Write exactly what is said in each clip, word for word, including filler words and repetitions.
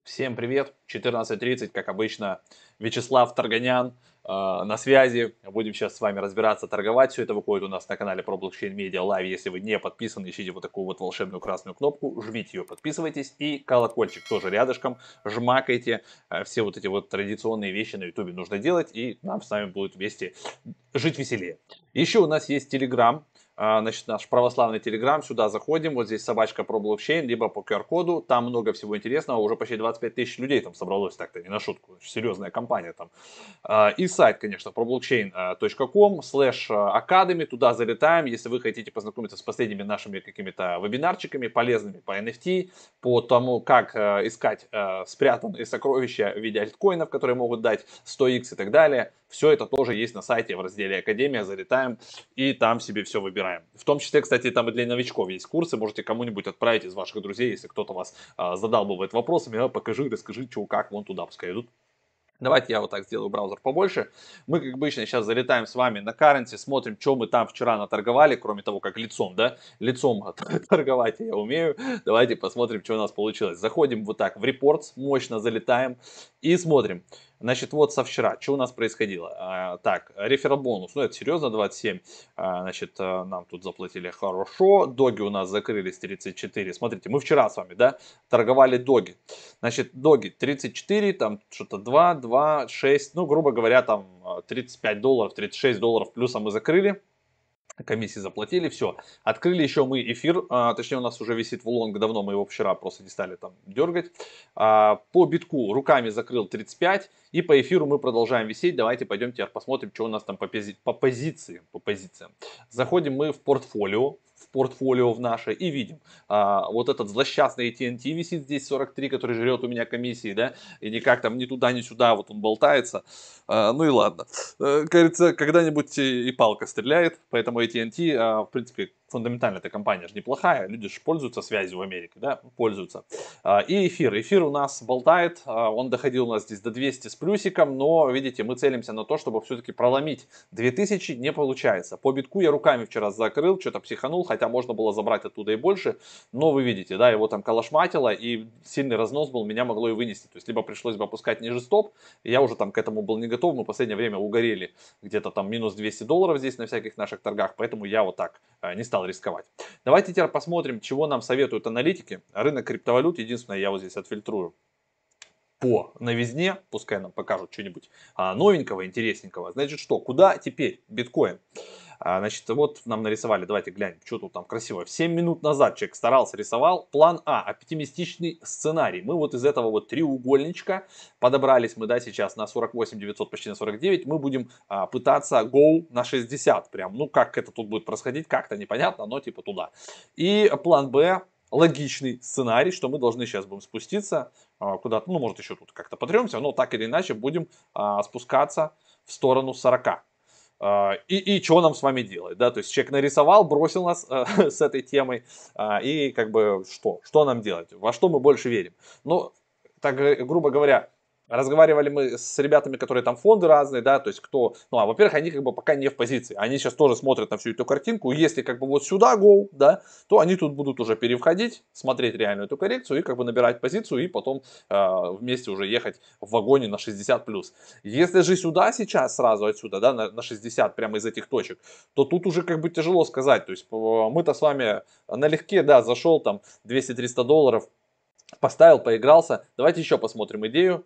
Всем привет! четырнадцать тридцать, как обычно, Вячеслав Торганян э, на связи. Будем сейчас с вами разбираться, торговать. Все это выходит у нас на канале про блокчейн медиа лайв. Если вы не подписаны, ищите вот такую вот волшебную красную кнопку, жмите ее, подписывайтесь. И колокольчик тоже рядышком, жмакайте. Э, все вот эти вот традиционные вещи на ютубе нужно делать, и нам с вами будет вместе жить веселее. Еще у нас есть Telegram. А, значит, наш православный Телеграм, сюда заходим, вот здесь собачка про блокчейн, либо по ку ар-коду, там много всего интересного, уже почти двадцать пять тысяч людей там собралось, так-то не на шутку, серьезная компания там. А, И сайт, конечно, про блокчейн точка ком слэш академи, туда залетаем, если вы хотите познакомиться с последними нашими какими-то вебинарчиками полезными по эн эф ти, по тому, как э, искать э, спрятанные сокровища в виде альткоинов, которые могут дать сто икс и так далее. Все это тоже есть на сайте в разделе Академия, залетаем и там себе все выбираем. В том числе, кстати, там и для новичков есть курсы, можете кому-нибудь отправить из ваших друзей, если кто-то вас а, задалбывает вопросами, а, покажи, расскажи, что, как, вон туда пускай идут. Давайте я вот так сделаю браузер побольше. Мы, как обычно, сейчас залетаем с вами на Currency, смотрим, что мы там вчера наторговали, кроме того, как лицом, да, лицом торговать я умею. Давайте посмотрим, что у нас получилось. Заходим вот так в Reports, мощно залетаем и смотрим. Значит, вот со вчера, что у нас происходило. А, так, реферал бонус, ну это серьезно, двадцать семь. А, значит, а, нам тут заплатили хорошо. Доги у нас закрылись тридцать четыре. Смотрите, мы вчера с вами, да, торговали доги. Значит, доги тридцать четыре, там что-то два, два, шесть, ну, грубо говоря, там тридцать пять долларов, тридцать шесть долларов плюсом мы закрыли. Комиссии заплатили, все. Открыли еще мы эфир, а, точнее у нас уже висит в лонг давно, мы его вчера просто не стали там дергать. А, по битку руками закрыл тридцать пять, и по эфиру мы продолжаем висеть. Давайте пойдем теперь посмотрим, что у нас там по, пози по позиции, по позициям. Заходим мы в портфолио, в портфолио в наше и видим, а, вот этот злосчастный ти эн ти висит здесь сорок три, который жрет у меня комиссии, да, и никак там ни туда, ни сюда, вот он болтается. А, ну и ладно. Э, Кажется, когда-нибудь и, и палка стреляет, поэтому эй ти энд ти, а, в принципе, фундаментально эта компания же неплохая, люди же пользуются связью в Америке, да, пользуются. А, и эфир, эфир у нас болтает, а, он доходил у нас здесь до двухсот с плюсиком, но, видите, мы целимся на то, чтобы все-таки проломить две тысячи, не получается. По битку я руками вчера закрыл, что-то психанул, хотя можно было забрать оттуда и больше, но вы видите, да, его там калашматило, и сильный разнос был, меня могло и вынести, то есть либо пришлось бы опускать ниже стоп, я уже там к этому был не готов, мы в последнее время угорели где-то там минус двести долларов здесь на всяких наших торгах, поэтому я вот так э, не стал рисковать. Давайте теперь посмотрим, чего нам советуют аналитики. Рынок криптовалют, единственное, я вот здесь отфильтрую по новизне, пускай нам покажут что-нибудь а, новенького, интересненького. Значит что, куда теперь биткоин? А, значит, вот нам нарисовали, давайте глянем, что тут там красиво. семь минут назад человек старался, рисовал. План А, оптимистичный сценарий. Мы вот из этого вот треугольничка подобрались мы, да, сейчас на сорок восемь девятьсот, почти на сорок девять. Мы будем а, пытаться go на шестьдесят прям. Ну, как это тут будет происходить, как-то непонятно, но типа туда. И план Б, логичный сценарий, что мы должны сейчас будем спуститься а, куда-то, ну, может, еще тут как-то потремся, но так или иначе будем а, спускаться в сторону сорока. И, и что нам с вами делать, да, то есть человек нарисовал, бросил нас э, с этой темой, э, и как бы что, что нам делать, во что мы больше верим, ну, так грубо говоря, разговаривали мы с ребятами, которые там фонды разные, да, то есть кто, ну, а во-первых, они как бы пока не в позиции, они сейчас тоже смотрят на всю эту картинку, и если как бы вот сюда go, да, то они тут будут уже перевходить, смотреть реально эту коррекцию и как бы набирать позицию, и потом э, вместе уже ехать в вагоне на шестьдесят плюс. Если же сюда сейчас сразу отсюда, да, на, на шестьдесят, прямо из этих точек, то тут уже как бы тяжело сказать, то есть мы-то с вами налегке, да, зашел там двести-триста долларов, поставил, поигрался. Давайте еще посмотрим идею.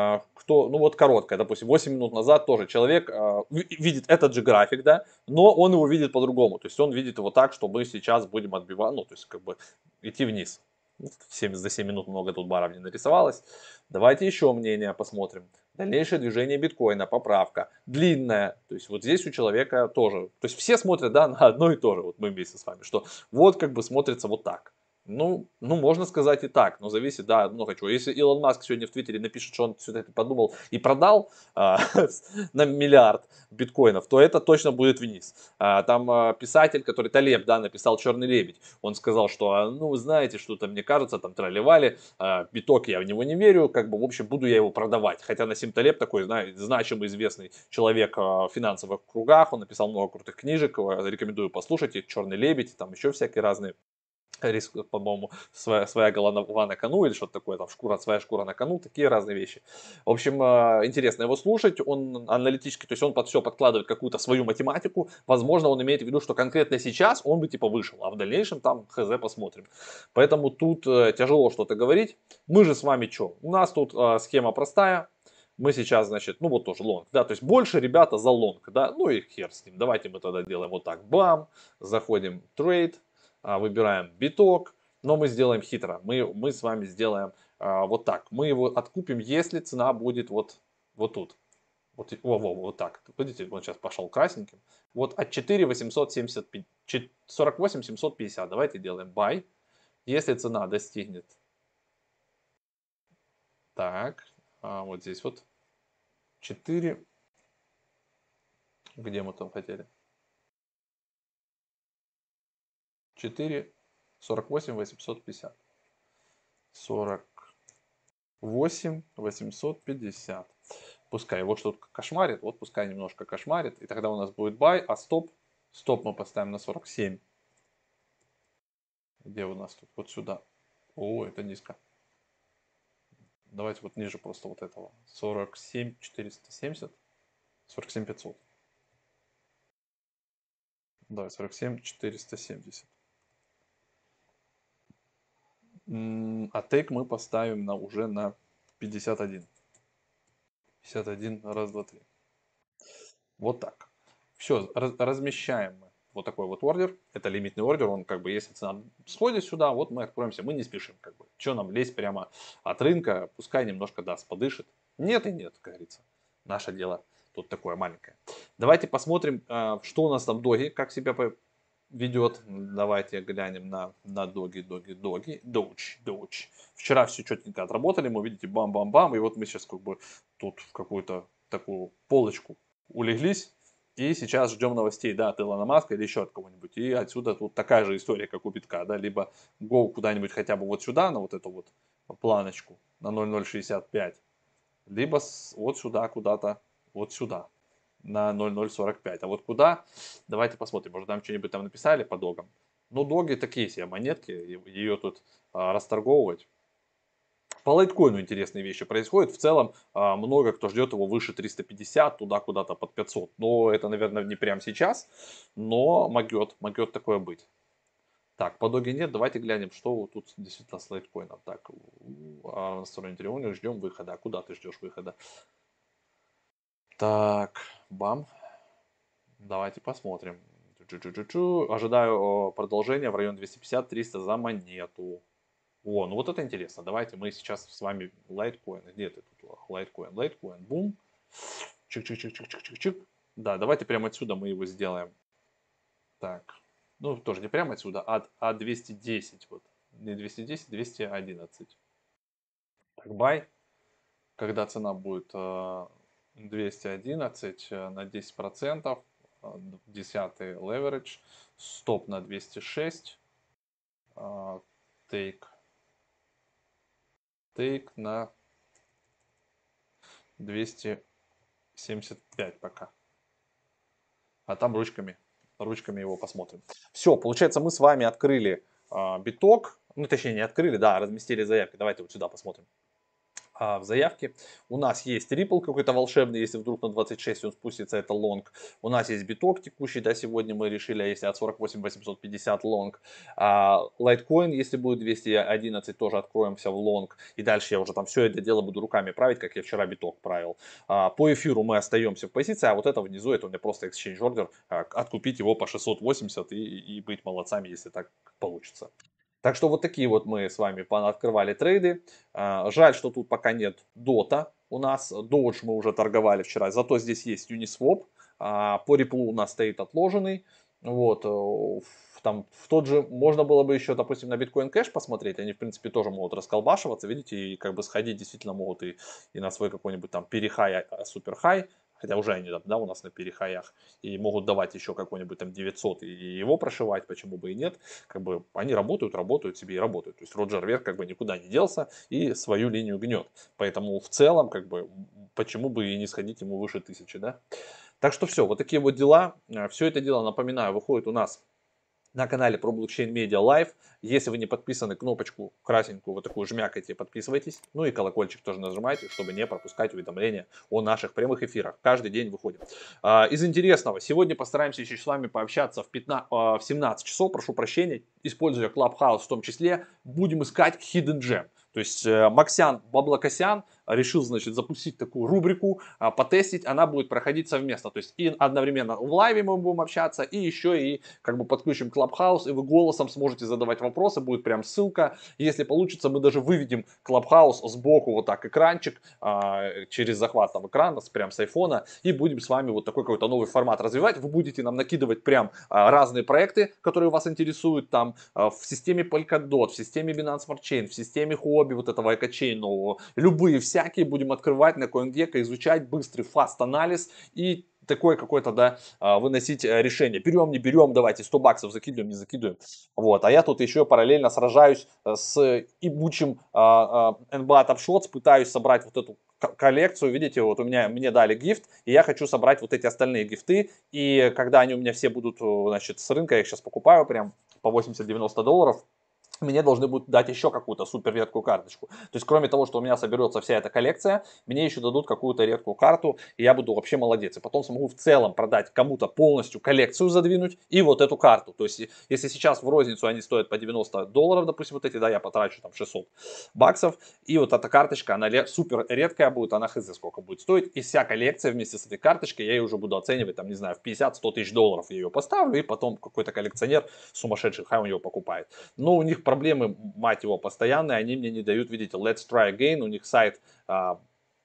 Кто, ну вот короткая, допустим, восемь минут назад тоже человек э, видит этот же график, да, но он его видит по-другому. То есть он видит его так, что мы сейчас будем отбивать, ну, то есть как бы идти вниз. семь, за семь минут много тут баров не нарисовалось. Давайте еще мнение посмотрим. Дальнейшее движение биткоина, поправка. Длинная. То есть вот здесь у человека тоже. То есть все смотрят, да, на одно и то же. Вот мы вместе с вами. Что вот как бы смотрится вот так. Ну, ну, можно сказать и так, но зависит, да, много чего. Если Илон Маск сегодня в Твиттере напишет, что он все это подумал и продал а, на миллиард биткоинов, то это точно будет вниз. А, там а, писатель, который Талеб, да, написал «Черный лебедь», он сказал, что, а, ну, знаете, что-то мне кажется, там тролливали, а, биток я в него не верю, как бы, в общем, буду я его продавать. Хотя Насим Талеб такой, знаете, значимый, известный человек а, в финансовых кругах, он написал много крутых книжек, рекомендую послушать их, «Черный лебедь», там еще всякие разные. риск, по-моему, своя, своя голова на кону или что-то такое, там шкура, своя шкура на кону, такие разные вещи. В общем, а, интересно его слушать, он аналитически, то есть он под все подкладывает какую-то свою математику, возможно, он имеет в виду, что конкретно сейчас он бы типа вышел, а в дальнейшем там хз посмотрим. Поэтому тут э, тяжело что-то говорить. Мы же с вами что? У нас тут э, схема простая, мы сейчас, значит, ну вот тоже лонг, да, то есть больше ребята за лонг, да, ну и хер с ним, давайте мы тогда делаем вот так, бам, заходим в трейд, а, выбираем биток, но мы сделаем хитро. Мы, мы с вами сделаем а, вот так. Мы его откупим, если цена будет вот, вот тут. Вот, во, во, вот так. Видите, он сейчас пошел красненьким. Вот от четыре восемьсот семьдесят пять, сорок восемь семьсот пятьдесят. Давайте делаем buy. Если цена достигнет, так, а вот здесь вот четыре. Где мы там хотели? четыре сорок восемь восемьсот пятьдесят. сорок восемь восемьсот пятьдесят. Пускай его что-то кошмарит, вот пускай немножко кошмарит, и тогда у нас будет buy, а стоп, стоп мы поставим на сорок семь. Где у нас тут? Вот сюда. О, это низко. Давайте вот ниже просто вот этого. сорок семь четыреста семьдесят. сорок семь пятьсот. Давай, сорок семь четыреста семьдесят. А тейк мы поставим на, уже на пятьдесят один. пятьдесят один, раз, два, три. Вот так. Все, раз, размещаем мы вот такой вот ордер. Это лимитный ордер, он как бы, если цена сходит сюда, вот мы откроемся, мы не спешим. Как бы. Что нам лезть прямо от рынка, пускай немножко даст, подышит. Нет и нет, как говорится. Наше дело тут такое маленькое. Давайте посмотрим, что у нас там доги, как себя ведет. Давайте глянем на, на доги, доги, доги, доуч, доуч. Вчера все четенько отработали, мы видите, бам-бам-бам, и вот мы сейчас как бы тут в какую-то такую полочку улеглись. И сейчас ждем новостей, да, от Илона Маска или еще от кого-нибудь. И отсюда тут такая же история, как у битка, да, либо go куда-нибудь хотя бы вот сюда, на вот эту вот планочку, на ноль ноль шестьдесят пять, либо с, вот сюда куда-то, вот сюда, на ноль ноль сорок пять. А вот куда? Давайте посмотрим, может там что-нибудь там написали по догам. Ну, доги такие себе монетки, ее тут а, расторговывать. По лайткоину интересные вещи происходят. В целом, а, много кто ждет его выше триста пятьдесят, туда куда-то под пятьсот. Но это, наверное, не прямо сейчас. Но могет, могет такое быть. Так, по доге нет. Давайте глянем, что вот тут действительно с лайткоином. Так, а, настроение триллионов, ждем выхода. А куда ты ждешь выхода? Так, бам. Давайте посмотрим. Чу-чу-чу-чу. Ожидаю продолжения в районе двести пятьдесят триста за монету. О, ну вот это интересно. Давайте мы сейчас с вами лайткоин. Где ты тут? Лайткоин, лайткоин, бум. Чик-чик-чик-чик-чик-чик. Да, давайте прямо отсюда мы его сделаем. Так. Ну, тоже не прямо отсюда, а, а двести десять. Вот. Не двести десять, двести одиннадцать. Так, бай. Когда цена будет двести одиннадцать на десять процентов. десятый leverage. Стоп на двести шесть. Тейк. Тейк на двести семьдесят пять пока. А там ручками, ручками его посмотрим. Все, получается, мы с вами открыли а, биток. Ну, точнее, не открыли, да, разместили заявки. Давайте вот сюда посмотрим. А в заявке у нас есть Ripple какой-то волшебный, если вдруг на двадцать шесть он спустится, это лонг. У нас есть биток текущий, да, сегодня мы решили, а если от сорок восемь восемьсот пятьдесят лонг. А Litecoin, если будет двести одиннадцать, тоже откроемся в лонг. И дальше я уже там все это дело буду руками править, как я вчера биток правил. А по эфиру мы остаемся в позиции, а вот это внизу, это у меня просто exchange order, откупить его по шестьсот восемьдесят и, и быть молодцами, если так получится. Так что вот такие вот мы с вами открывали трейды. Жаль, что тут пока нет дота у нас. Dodge мы уже торговали вчера, зато здесь есть Uniswap. По Ripple у нас стоит отложенный. Вот, там в тот же, можно было бы еще, допустим, на Bitcoin Cash посмотреть, они, в принципе, тоже могут расколбашиваться, видите, и как бы сходить действительно могут и, и на свой какой-нибудь там перехай, суперхай, хотя уже они, да, у нас на перехаях, и могут давать еще какой-нибудь там девятьсот и его прошивать, почему бы и нет, как бы они работают, работают себе и работают, то есть Роджер Вер как бы никуда не делся и свою линию гнет, поэтому в целом, как бы, почему бы и не сходить ему выше тысячи, да. Так что все, вот такие вот дела, все это дело, напоминаю, выходит у нас на канале про блокчейн Media Live. Если вы не подписаны, кнопочку красненькую вот такую жмякайте, подписывайтесь. Ну и колокольчик тоже нажимайте, чтобы не пропускать уведомления о наших прямых эфирах. Каждый день выходим. А, из интересного, сегодня постараемся еще с вами пообщаться в, пятнадцать, в семнадцать часов, прошу прощения, используя Clubhouse в том числе, будем искать Hidden Gem. То есть э, Максян Баблокосян решил, значит, запустить такую рубрику, а, потестить, она будет проходить совместно. То есть и одновременно в лайве мы будем общаться, и еще и как бы подключим Clubhouse, и вы голосом сможете задавать вопросы, будет прям ссылка. Если получится, мы даже выведем Clubhouse сбоку вот так экранчик, а, через захват там экрана, прям с айфона, и будем с вами вот такой какой-то новый формат развивать. Вы будете нам накидывать прям а, разные проекты, которые вас интересуют там а, в системе Polkadot, в системе Binance Smart Chain, в системе Huobi, вот этого экочейн нового. Любые всякие будем открывать на CoinGecko, изучать быстрый фаст-анализ и такое какое-то, да, выносить решение. Берем, не берем, давайте сто баксов закидываем, не закидываем. Вот. А я тут еще параллельно сражаюсь с ибучим эн би эй Top Shots, пытаюсь собрать вот эту коллекцию. Видите, вот у меня, мне дали гифт, и я хочу собрать вот эти остальные гифты. И когда они у меня все будут, значит, с рынка, я их сейчас покупаю прям по восемьдесят-девяносто долларов, мне должны будут дать еще какую-то супер редкую карточку. То есть, кроме того, что у меня соберется вся эта коллекция, мне еще дадут какую-то редкую карту, и я буду вообще молодец. И потом смогу в целом продать кому-то полностью коллекцию, задвинуть, и вот эту карту. То есть, если сейчас в розницу они стоят по девяносто долларов, допустим, вот эти, да, я потрачу там шестьсот баксов, и вот эта карточка, она супер редкая будет, она хз сколько будет стоить, и вся коллекция вместе с этой карточкой я ее уже буду оценивать, там, не знаю, в пятьдесят-сто тысяч долларов я ее поставлю, и потом какой-то коллекционер сумасшедший, хай у него покупает. Но у них проблемы, мать его, постоянные, они мне не дают, видите, let's try again, у них сайт а,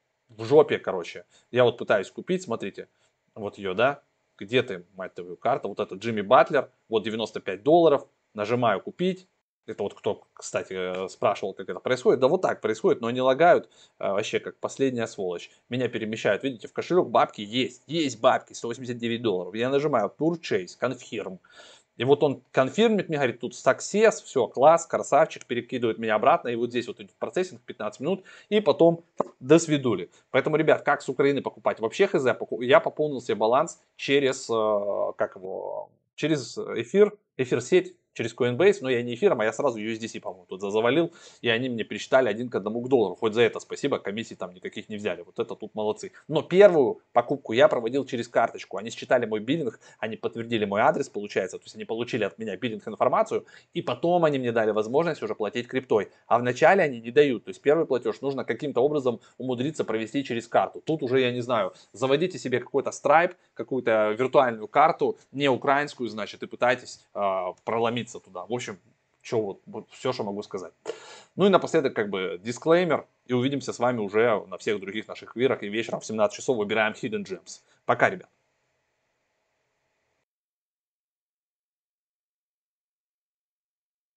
в жопе, короче. Я вот пытаюсь купить, смотрите, вот ее, да, где ты, мать твою, карта, вот это Джимми Батлер, вот девяносто пять долларов, нажимаю купить. Это вот кто, кстати, спрашивал, как это происходит. Да вот так происходит, но они лагают а, вообще как последняя сволочь. Меня перемещают, видите, в кошелек бабки есть, есть бабки, сто восемьдесят девять долларов. Я нажимаю Purchase, Confirm. И вот он конфирмит мне, говорит, тут success, все, класс, красавчик, перекидывает меня обратно, и вот здесь вот идет процессинг пятнадцать минут, и потом до свидули. Поэтому, ребят, как с Украины покупать? Вообще, хз, я пополнил себе баланс через, как его, через эфир, эфир-сеть, через Coinbase, но я не эфиром, а я сразу ю эс ди си, по-моему, тут завалил, и они мне пересчитали один к одному к доллару. Хоть за это спасибо, комиссий там никаких не взяли. Вот это тут молодцы. Но первую покупку я проводил через карточку. Они считали мой биллинг, они подтвердили мой адрес, получается. То есть они получили от меня биллинг информацию, и потом они мне дали возможность уже платить криптой. А вначале они не дают. То есть первый платеж нужно каким-то образом умудриться провести через карту. Тут уже, я не знаю, заводите себе какой-то Stripe, какую-то виртуальную карту, не украинскую, значит, и пытайтесь э, проломить туда. В общем, что вот, вот все, что могу сказать. Ну и напоследок, как бы, дисклеймер. И увидимся с вами уже на всех других наших эфирах. И вечером в семнадцать часов выбираем Hidden Gems. Пока, ребят.